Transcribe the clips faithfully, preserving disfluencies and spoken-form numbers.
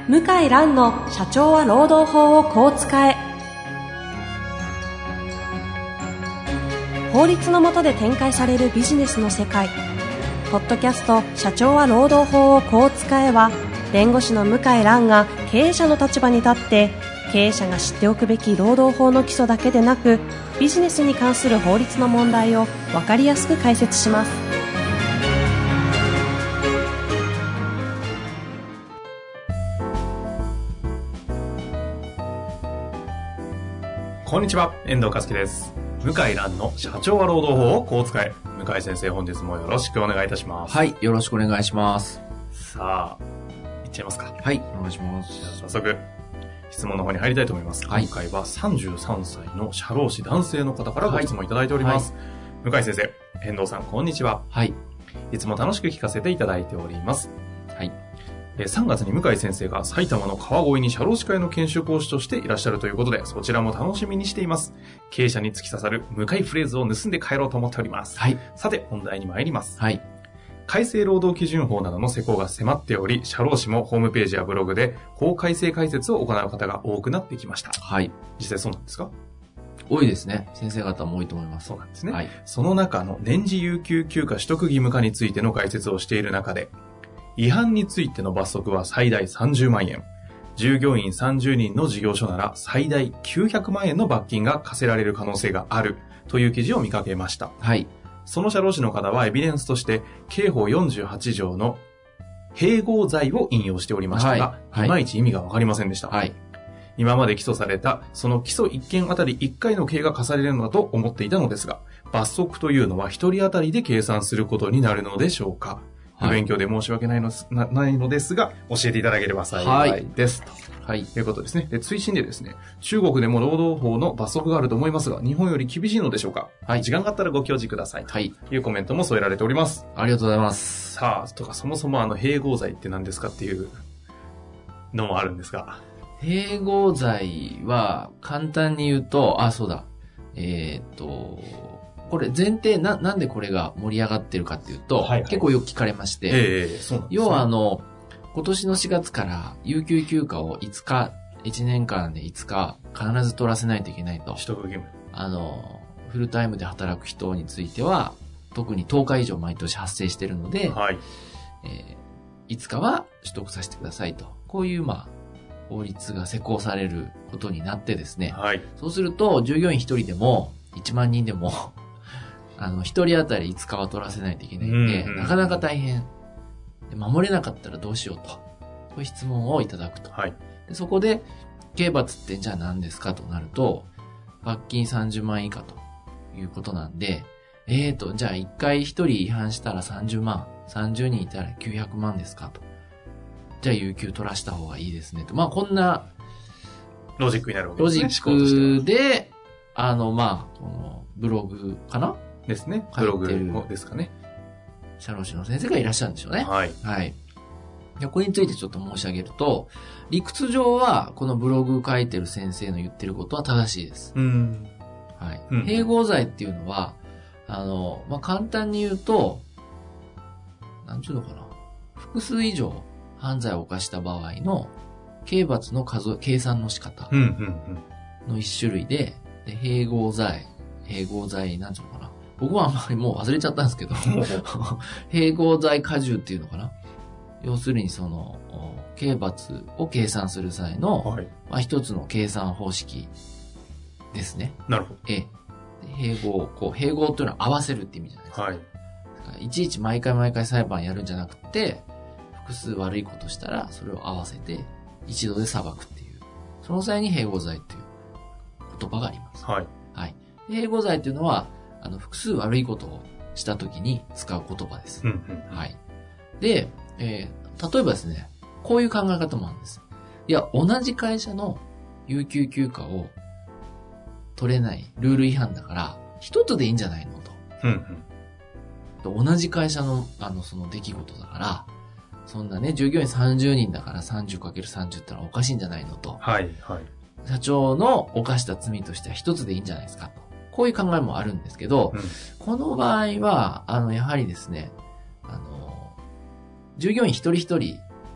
向井蘭の社長は労働法をこう使え。法律の下で展開されるビジネスの世界。ポッドキャスト社長は労働法をこう使えは、弁護士の向井蘭が経営者の立場に立って経営者が知っておくべき労働法の基礎だけでなく、ビジネスに関する法律の問題を分かりやすく解説します。 こんにちは、遠藤和樹です。向井蘭の社長は労働法をこう使え。向井先生、本日もよろしくお願いいたします。 はい、よろしくお願いします。 さあ、いっちゃいますか。 はい、お願いします。 早速質問の方に入りたいと思います。はい、今回はさんじゅうさんさいの社労士男性の方からご質問いただいております。はい、向井先生、遠藤さん、こんにちは。 はい。 いつも楽しく聞かせていただいております。 はい。 さんがつに向井先生が埼玉の川越に社労士会の研修講師としていらっしゃるということで、そちらも楽しみにしています。経営者に突き刺さる向井フレーズを盗んで帰ろうと思っております。 はい。 さて、本題に参ります。 はい。 改正労働基準法などの施行が迫っており、社労士もホームページやブログで法改正解説を行う方が多くなってきました。 はい。 実際そうなんですか？ 多いですね。先生方も多いと思います。 そうなんですね。 はい。 その中の年次有給休暇取得義務化についての解説をしている中で、違反についての罰則は最大さんじゅうまんえん、従業員さんじゅうにんの事業所なら最大きゅうひゃくまんえんの罰金が課せられる可能性があるという記事を見かけました。 はい。 その社労士の方はエビデンスとして刑法よんじゅうはちじょうの併合罪を引用しておりましたが、はいはい、いまいち意味がわかりませんでした。 はい。 今まで起訴されたその起訴いっけんあたりいっかいの刑が課されるのだと思っていたのですが、罰則というのはひとり当たりで計算することになるのでしょうか？お勉強で申し訳ないのなないのですが、教えていただければ幸いです。はい、と、はい、いうことですね。で、追伸でですね、中国でも労働法の罰則があると思いますが、日本より厳しいのでしょうか？はい。時間があったらご教示ください。というコメントも添えられております。 ありがとうございます。 さあ、とか、そもそもあの、併合罪って何ですかっていうのもあるんですが。 併合罪は、簡単に言うと、あ、そうだ。えー、っと、これ前提な、なんでこれが盛り上がってるかっていうと、はいはい、結構よく聞かれまして、 えーそうなんですね、 要はあの、今年のしがつから有給休暇をいつか、いちねんかんでいつか必ず取らせないといけないと。 取得義務。 あの、フルタイムで働く人については、特にとおか以上毎年発生しているので、 はい。 えー、いつかは取得させてくださいと。こういう、まあ、法律が施行されることになってですね。 はい。 そうすると、従業員ひとりでも、いちまんにんでも、あの、一人当たりいつかは取らせないといけないんで、うんうん、なかなか大変。で、守れなかったらどうしようと。そういう質問をいただくと。 はい。 で、そこで、刑罰ってじゃあ何ですかとなると、罰金さんじゅうまんえん以下ということなんで、えーと、じゃあ一回一人違反したらさんじゅうまん、さんじゅうにんいたらきゅうひゃくまんですかと。じゃあ有給取らした方がいいですねと。まあこんな、 ロジックになるわけですね。 ロジックで、あの、まあ、この、ブログかなですね。ブログですかね。 社労士の先生がいらっしゃるんでしょうね。 はい。 はい。これについてちょっと申し上げると、理屈上はこのブログ書いてる先生の言ってることは正しいです。 うん。 はい。 うん、 併合罪っていうのは、あの、まあ、簡単に言うと、なんちゅうのかな。複数以上犯罪を犯した場合の刑罰の数、計算の仕方の一種類で、で、併合罪、併合罪、なんちゅうのかな。僕はあんまりもう忘れちゃったんですけど、併合罪過重っていうのかな。要するにその、刑罰を計算する際の、はい、まあ一つの計算方式ですね。 なるほど。 え、併合、こう、併合というのは合わせるって意味じゃないですか。はい。いちいち毎回毎回裁判やるんじゃなくて、複数悪いことしたら、それを合わせて、一度で裁くっていう。その際に併合罪っていう言葉があります。 はい。 はい。併合罪っていうのは、あの、複数悪いことをしたときに使う言葉です。 うんうん、 はい。で、えー、例えばですね、こういう考え方もあるんです。いや、同じ会社の有給休暇を取れないルール違反だから、一つでいいんじゃないのと。 うんうん、同じ会社の、あの、その出来事だから、そんなね、従業員さんじゅうにんだから さんじゅうかけるさんじゅう ってのはおかしいんじゃないのと。 はい、はい。 社長の犯した罪としては一つでいいんじゃないですかと。こういう考えもあるんですけど、うん、この場合は、あの、やはりですね、あの、従業員一人一人、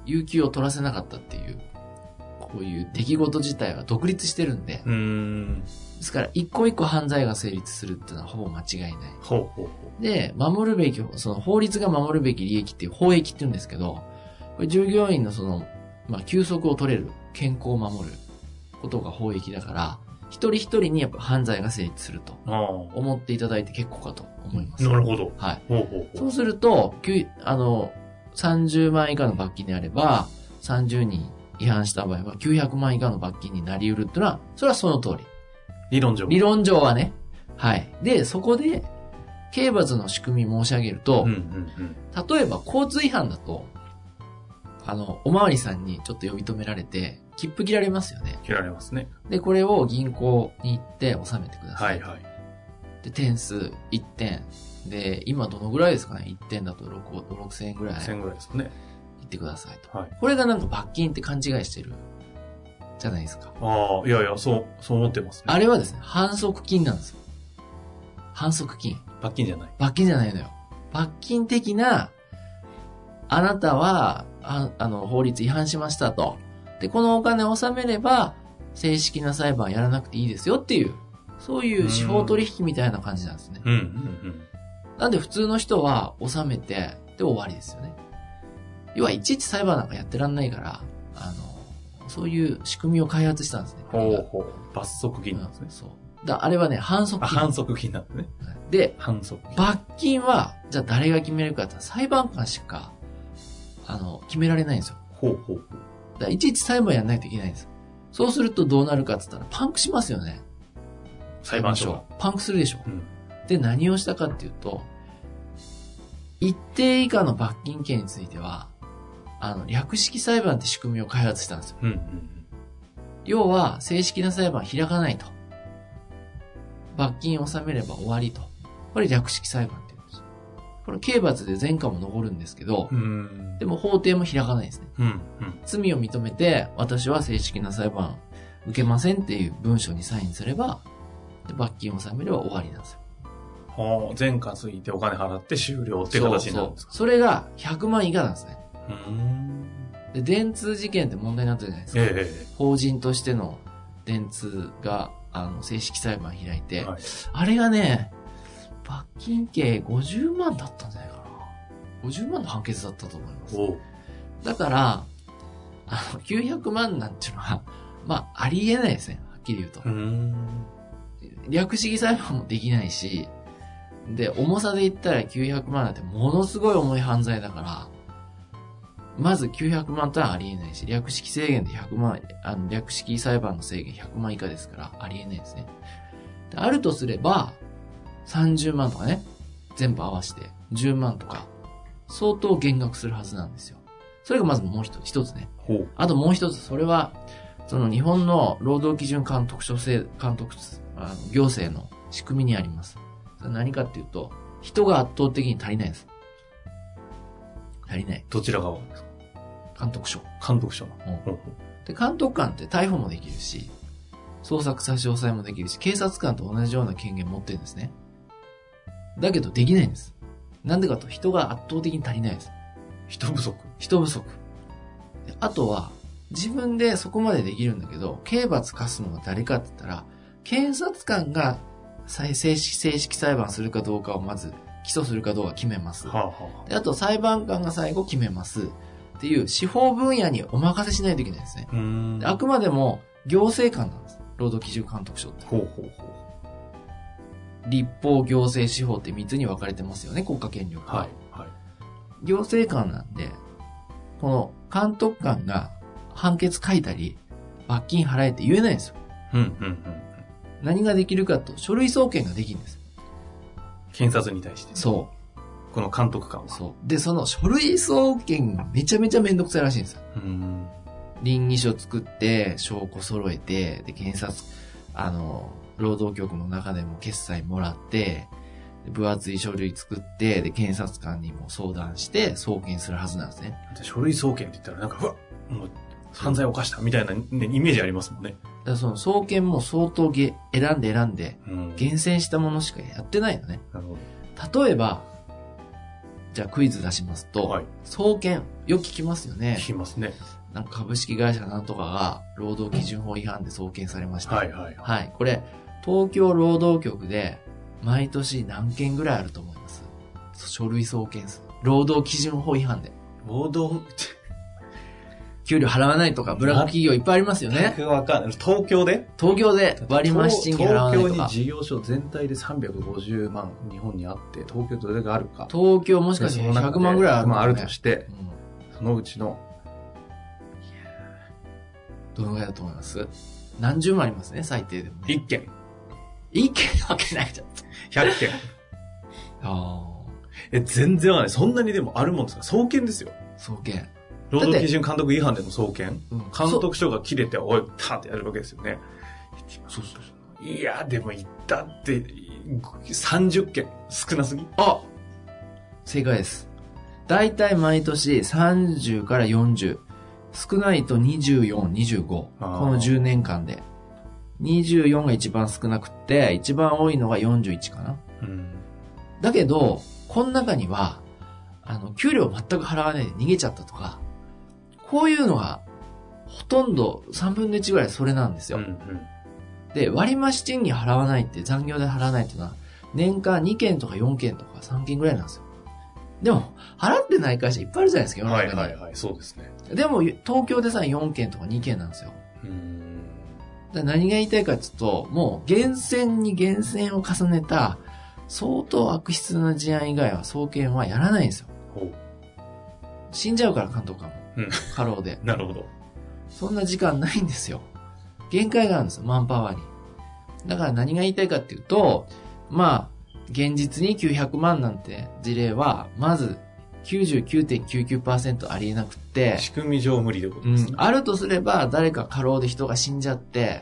有給を取らせなかったっていう、こういう出来事自体は独立してるんで、 うーん。 ですから一個一個犯罪が成立するっていうのはほぼ間違いない。 ほうほうほで、守るべき、その法律が守るべき利益っていう法益って言うんですけど、これ従業員のその、まあ、休息を取れる、健康を守ることが法益だから、一人一人にやっぱ犯罪が成立すると思っていただいて結構かと思います。 なるほど。 はい。 ほうほうほう。 そうすると、あの、さんじゅうまん以下の罰金であれば、さんじゅうにん違反した場合はきゅうひゃくまん以下の罰金になり得るっていうのは、それはその通り。 理論上。 理論上はね。はい。で、そこで、刑罰の仕組み申し上げると、 うんうんうん、 例えば交通違反だと、あの、おまわりさんにちょっと呼び止められて、切符切られますよね。 切られますね。 で、これを銀行に行って納めてください。 はいはい。 で、点数いってん。で、今どのぐらいですかね ?いってんだとろくせんえんぐらい。 ろくせんえんぐらいですかね。 言ってくださいと。 はい。 これがなんか罰金って勘違いしてる。じゃないですか。 ああ、いやいや、そう、そう思ってますね。 あれはですね、反則金なんですよ。反則金。 罰金じゃない。 罰金じゃないのよ。罰金的な、あなたは、あ, あの、法律違反しましたと。で、このお金を納めれば、正式な裁判やらなくていいですよっていう、そういう司法取引みたいな感じなんですね。 うんうんうん。 なんで普通の人は納めて、で終わりですよね。要はいちいち裁判なんかやってらんないから、あの、そういう仕組みを開発したんですね。 ほうほう。罰則金なんですね。 そう。だあれはね、反則金。 反則金なんですね。 で、 反則金。 罰金は、じゃあ誰が決めるかって裁判官しか、あの、決められないんですよ。 ほうほうほう。 だからいちいち裁判やらないといけないんですよ。そうするとどうなるかって言ったらパンクしますよね。 裁判所。 パンクするでしょ。 うん、 で、何をしたかっていうと、一定以下の罰金刑については、あの、略式裁判って仕組みを開発したんですよ。 うんうんうん、 要は、正式な裁判開かないと。罰金を納めれば終わりと。これ略式裁判って言うんですよ。これ刑罰で前科も残るんですけど、 うん、 でも法廷も開かないんですね。 うんうん、 罪を認めて、私は正式な裁判受けませんっていう文書にサインすれば、で罰金を納めれば終わりなんですよ。 はあ、前科ついてお金払って終了っていう形になるんですか？ そうそう。それがひゃくまん以下なんですね。 うーんで、電通事件って問題になったじゃないですか。 ええ、 法人としての電通が、あの、正式裁判開いて、 はい、 あれがね、罰金刑ごじゅうまんだったんじゃないかな。ごじゅうまんの判決だったと思います。 おだから、あの、きゅうひゃくまんなんていうのは、まあ、ありえないですね。はっきり言うと。 うーん略式裁判もできないし、で、重さで言ったらきゅうひゃくまんなんてものすごい重い犯罪だから、まずきゅうひゃくまんとはありえないし、略式制限でひゃくまん、あの、略式裁判の制限ひゃくまん以下ですから、ありえないですね。であるとすれば、さんじゅうまんとかね、全部合わせてじゅうまんとか、相当減額するはずなんですよ。それがまずもう一つ、一つね。 ほうあともう一つ、それは、その日本の労働基準監督署制、監督、あの行政の仕組みにあります。それ何かっていうと、人が圧倒的に足りないです。足りない。 どちら側ですか？ 監督署。 監督署の。 うんほうほで、監督官って逮捕もできるし、捜索差し押さえもできるし、警察官と同じような権限持ってるんですね。だけどできないんです。なんでかと、人が圧倒的に足りないです。 人不足。 人不足。であとは、自分でそこまでできるんだけど、刑罰課すのは誰かって言ったら、検察官が正式、正式裁判するかどうかをまず起訴するかどうか決めます。 はあはであと裁判官が最後決めます。っていう司法分野にお任せしないといけないですね。 あ、うーんであくまでも行政官なんです。労働基準監督署って。 ほうほうほ立法、行政、司法ってみっつに分かれてますよね、国家権力う。 は。 はい。はい。 行政官なんで、この監督官が判決書いたり、罰金払えって言えないんですよ。 うん、うん、うん。 何ができるかと、書類送検ができるんです。 検察に対して。 そこの監督官う。 は。 そう。で、その書類送検がめちゃめちゃめんどくさいらしいんですよ。 うーん。 稟議書作って、証拠揃えて、で、検察、あの、労働局の中でも決裁もらって、分厚い書類作って、で、検察官にも相談して、送検するはずなんですね。 書類送検って言ったらなんか、うわっもう犯罪を犯したみたいな、ね、イメージありますもんね。 だからその送検も相当げ選んで選んで、 うん。 厳選したものしかやってないのね。 なるほど。 例えば、 じゃあクイズ出しますと、 はい、 総研、よく聞きますよね。 聞きますね。 なんか株式会社なんとかが労働基準法違反で送検されました。 はいはいはい。 はい。これ、東京労働局で毎年何件ぐらいあると思います？書類送検数。労働基準法違反で。 労働、 給料払わないとか、ブラック企業いっぱいありますよね。 わかんない。東京で東京で割増賃金払わないとか。 東京に事業所全体でさんびゃくごじゅうまん日本にあって、東京どれがあるか。 東京もしかしてひゃくまんぐらいある、ね、 まああるとして、うん、そのうちの、 どのぐらいだと思います？何十万ありますね、最低でも、ね。 いっけん。 いっけんなわけないじゃん。 ひゃっけん。 ああ。 え、全然わかんない。そんなにでもあるもんですか？送検ですよ。 送検。 労働基準監督違反での送検、うん、監督署が切れて、おい、ターってやるわけですよね。 そうそうそう。いや、でも言ったって、さんじゅっけん。少なすぎ？ あ、正解です。だいたい毎年さんじゅうからよんじゅう。少ないとにじゅうよん、にじゅうご。このじゅうねんかんで。にじゅうよんが一番少なくって、一番多いのがよんじゅういちかな。うん、だけど、この中には、あの、給料全く払わないで逃げちゃったとか、こういうのが、ほとんどさんぶんのいちぐらいそれなんですよ。うんうん、で、割増賃金払わないって、残業で払わないっていうのは、年間にけんとかよんけんとかさんけんぐらいなんですよ。でも、払ってない会社いっぱいあるじゃないですか、世の中に。 はいはいはい、そうですね。 でも、東京でさ、よんけんとかにけんなんですよ。うーん、だ何が言いたいかっていうと、もう、厳選に厳選を重ねた、相当悪質な事案以外は送検はやらないんですよ。ほう。死んじゃうから、監督官も。うん。過労で。 なるほど。 そんな時間ないんですよ。限界があるんですよ、マンパワーに。だから何が言いたいかっていうと、まあ、現実にきゅうひゃくまんなんて事例は、まず きゅうじゅうきゅうてんきゅうきゅうパーセント ありえなくって、 仕組み上無理でことですね、 うん。あるとすれば、誰か過労で人が死んじゃって、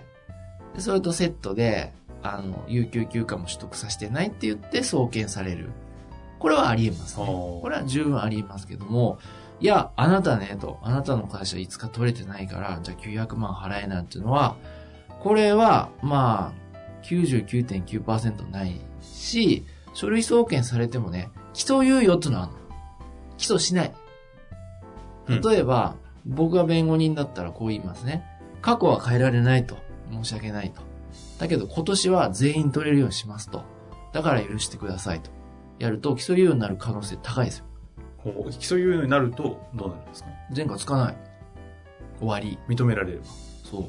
でそれとセットで、あの、有給休暇も取得させてないって言って送検される。これはありえますね。これは十分ありえますけども、いや、あなたね、と、あなたの会社いつか取れてないから、じゃあきゅうひゃくまん払えなんていうのは、これは、まあ、きゅうじゅうきゅうてんきゅうパーセント ないし、書類送検されてもね、起訴猶予ってのはあるの。起訴しない。例えば、うん、僕が弁護人だったらこう言いますね。過去は変えられないと。申し訳ないと。だけど今年は全員取れるようにしますと。だから許してくださいと。やると起訴猶予になる可能性高いですよ。 起訴猶予になるとどうなるんですか？ 前科つかない。終わり。 認められれば。 そう。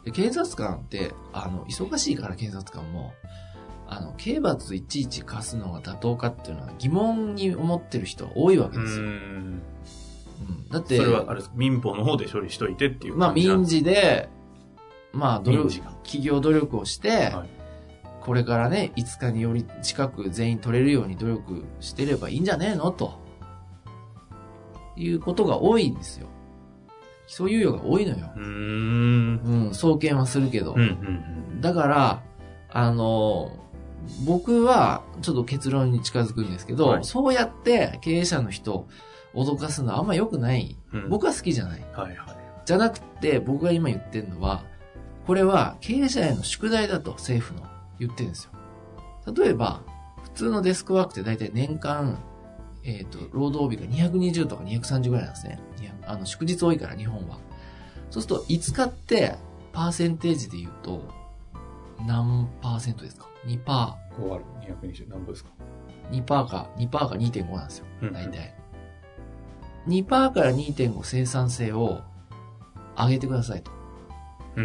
で、検察官って、あの、忙しいから検察官も、あの、刑罰いちいち課すのが妥当かっていうのは疑問に思ってる人が多いわけですよ。うーん。うん。だって、 それはあれですか、民法の方で処理しといてっていう感じなんですか？まあ民事で、まあ努力、企業努力をして、はい、これからね、いつかにより近く全員取れるように努力してればいいんじゃねえのと。いうことが多いんですよ。起訴猶予が多いのよ。うーん。うん、送検はするけど。うんうんうん、だから、あの、僕はちょっと結論に近づくんですけど、はい、そうやって経営者の人を脅かすのはあんま良くない。うん、僕は好きじゃない。はいはい、じゃなくて、僕が今言ってるのは、これは経営者への宿題だと政府の言ってるんですよ。例えば、普通のデスクワークって大体年間、えっと、労働日がにひゃくにじゅうとかにひゃくさんじゅうぐらいなんですね。あの、祝日多いから日本は。そうすると、いつかって、パーセンテージで言うと、何パーセントですか ?にパーセント。 ご割るにひゃくにじゅう何歩ですか ? にパーセント か、にパーセントか にてんご なんですよ。大体。にパーセント から にてんご 生産性を上げてくださいと。うん。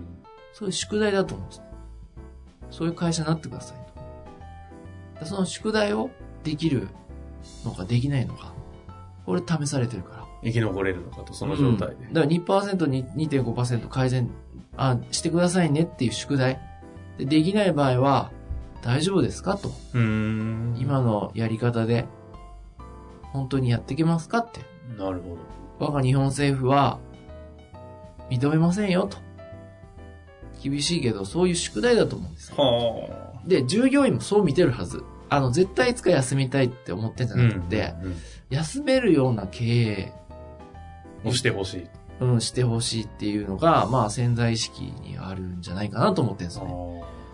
そういう宿題だと思うんですね。そういう会社になってくださいと。その宿題をできるのかできないのか。これ試されてるから。 生き残れるのかと、その状態で。 うん、だから にパーセント に にてんごパーセント 改善あしてくださいねっていう宿題。で、できない場合は大丈夫ですかと。うーん。今のやり方で本当にやっていけますかって。 なるほど。我が日本政府は認めませんよと。厳しいけど、そういう宿題だと思うんですよ。はあ。で、従業員もそう見てるはず。あの、絶対いつか休みたいって思ってんじゃなくて、うんうんうん、休めるような経営をしてほしい。 うん、してほしいっていうのが、まあ、潜在意識にあるんじゃないかなと思ってるんですね。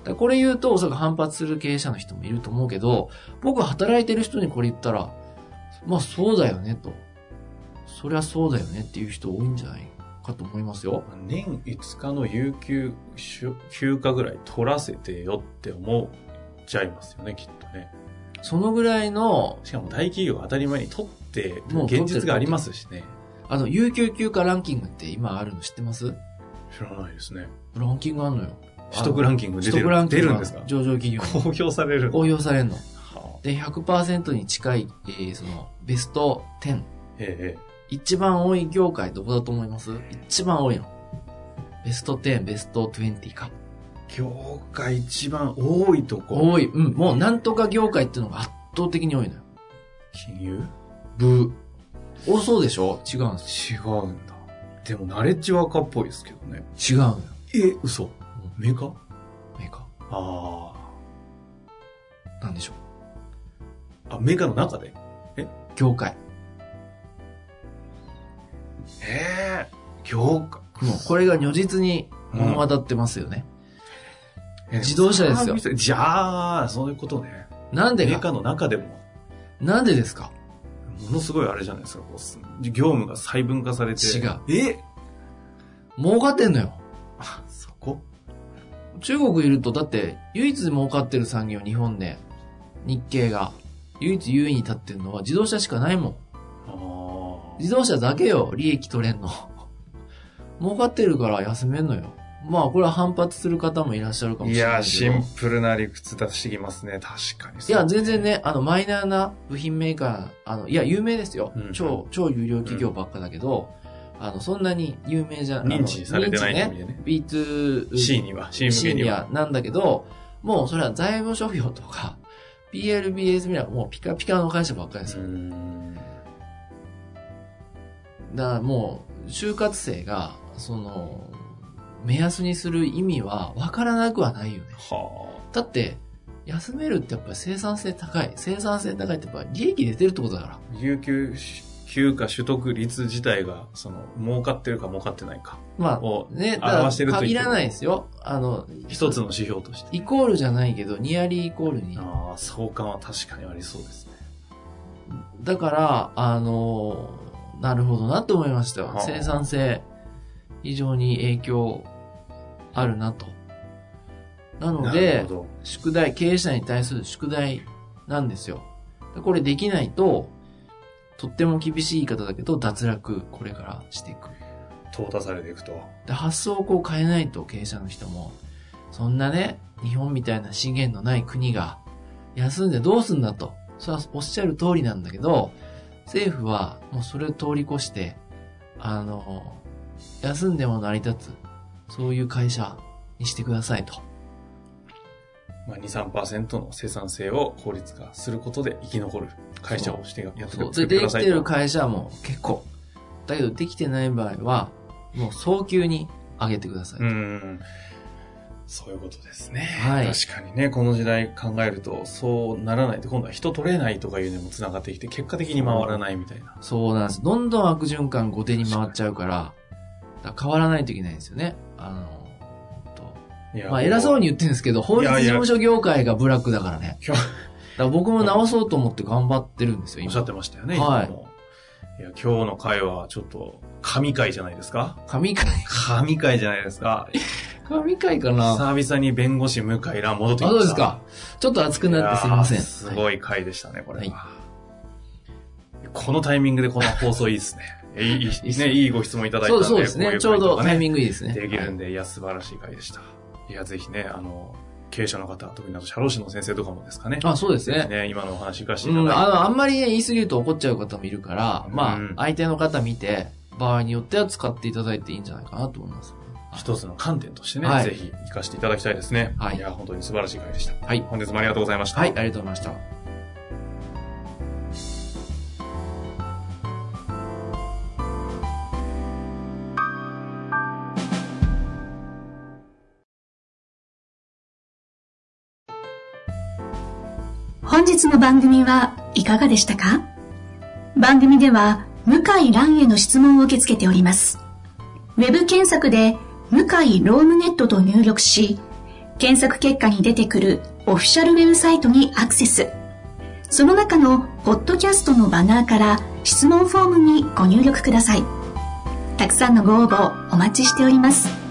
だこれ言うと、おそらく反発する経営者の人もいると思うけど、僕は働いてる人にこれ言ったら、まあそうだよねと。そりゃそうだよねっていう人多いんじゃないかと思いますよ。 年いつかの有給休暇ぐらい取らせてよって思っちゃいますよね、きっとね。 そのぐらいの、 しかも大企業当たり前に取って、もう現実がありますしね。 あの、有給休暇ランキングって今あるの知ってます？ 知らないですね。 ランキングあるのよ。 取得ランキング出てる。 取得ランキング出るんですか？ 上場企業。 公表される。 公表されるの。 はあ、 で、ひゃくパーセント に近い、えー、その、ベストじゅう。 ええ、 一番多い業界どこだと思います？一番多いの。ベストじゅう、ベストにじゅうか。 業界一番多いとこ。 多い。うん。もうなんとか業界っていうのが圧倒的に多いのよ。 金融？ ブー。多そうでしょ？違うんです違うんだ。でもナレッジワーカーっぽいですけどね。 違うのよ。 え、嘘。メーカー？ メーカー。 あなんでしょあ。あ、メーカーの中で？え？ 業界。 ええー、業界。 もうこれが如実に物語ってますよね。うん、自動車ですよ。 じゃあ、そういうことね。 なんでか？ メーカーの中でも。 なんでですか？ ものすごいあれじゃないですか。こう業務が細分化されて。 違う。 え？ 儲かってんのよ。 あ、そこ？ 中国いると、だって唯一儲かってる産業、日本で日系が唯一優位に立ってるのは自動車しかないもん。 あ、 自動車だけよ、利益取れんの。儲かってるから休めんのよ。まあこれは反発する方もいらっしゃるかもしれないけど。いや、 シンプルな理屈出してきますね。確かに。 いや、全然ね、あの、マイナーな部品メーカー、あの、いや、有名ですよ。うん、超、超有料企業ばっかだけど、うん、あの、そんなに有名じゃ、 認知されてない認知ね。ビーツーシーには、C 向けには。 シーなんだけど、もうそれは財務諸表とか、ピーエルビーエス 見ればもうピカピカの会社ばっかりですよ。うーん、だからもう、就活生が、その、目安にする意味は分からなくはないよね。はあ、だって、休めるってやっぱり生産性高い。生産性高いってやっぱり利益出てるってことだから。 有給休暇取得率自体が、その、儲かってるか儲かってないか。 まあ、ね、だから限らないですよ。あの、 一つの指標として。 イコールじゃないけど、ニアリーイコールに。 ああ、相関は確かにありそうですね。 だから、あの、なるほどなと思いましたよ。はあ、生産性、非常に影響あるなと。なので、宿題、経営者に対する宿題なんですよ。これできないと、とっても厳しい言い方だけど、脱落、これからしていく。 淘汰されていくと。 で、発想をこう変えないと、経営者の人も、そんなね、日本みたいな資源のない国が、休んでどうすんだと。それはおっしゃる通りなんだけど、政府はもうそれを通り越して、あの、休んでも成り立つ、そういう会社にしてくださいと。 まあ、に、さんパーセント の生産性を効率化することで生き残る会社をしてやってくださいと。 で、できてる会社も結構。だけど、できてない場合は、もう早急に上げてくださいと。うん。 そういうことですね。 はい。 確かにね、この時代考えると、そうならないと、今度は人取れないとかいうのも繋がってきて、結果的に回らないみたいな。 そうなんです。どんどん悪循環後手に回っちゃうから、だから変わらないといけないんですよね。あの、まあ偉そうに言ってるんですけど、法律事務所業界がブラックだからね。だから僕も直そうと思って頑張ってるんですよ、 今。おっしゃってましたよね、 はい。 いや、今日の会はちょっと、神回じゃないですか？ 神回神回じゃないですか。 神回かな？ 久々に弁護士向井蘭戻ってきました。 あ、そうですか。ちょっと熱くなってすいません。 すごい回でしたね、これは。はい、このタイミングでこの放送いいですね。いい、いいね、いいご質問いただいたんで。 そうですね。 こういうちょうどタイミングいいですね。 できるんで、いや、素晴らしい回でした。いや、ぜひね、あの、経営者の方、特にあと社労士の先生とかもですかね。 あ、そうですね。 ね、今のお話聞かせていただいて。 うん、あの、あんまりね、言い過ぎると怒っちゃう方もいるから、うん、まあ、相手の方見て、場合によっては使っていただいていいんじゃないかなと思います。 一つの観点としてね、はい、ぜひ活かしていただきたいですね。はい。いや、本当に素晴らしい回でした。はい。本日もありがとうございました。 はい、ありがとうございました。 本日の番組はいかがでしたか？番組では向井蘭への質問を受け付けております。ウェブ検索で向井ロームネットと入力し、 検索結果に出てくるオフィシャルウェブサイトにアクセス。その中のポッドキャストのバナーから質問フォームにご入力ください。たくさんのご応募お待ちしております。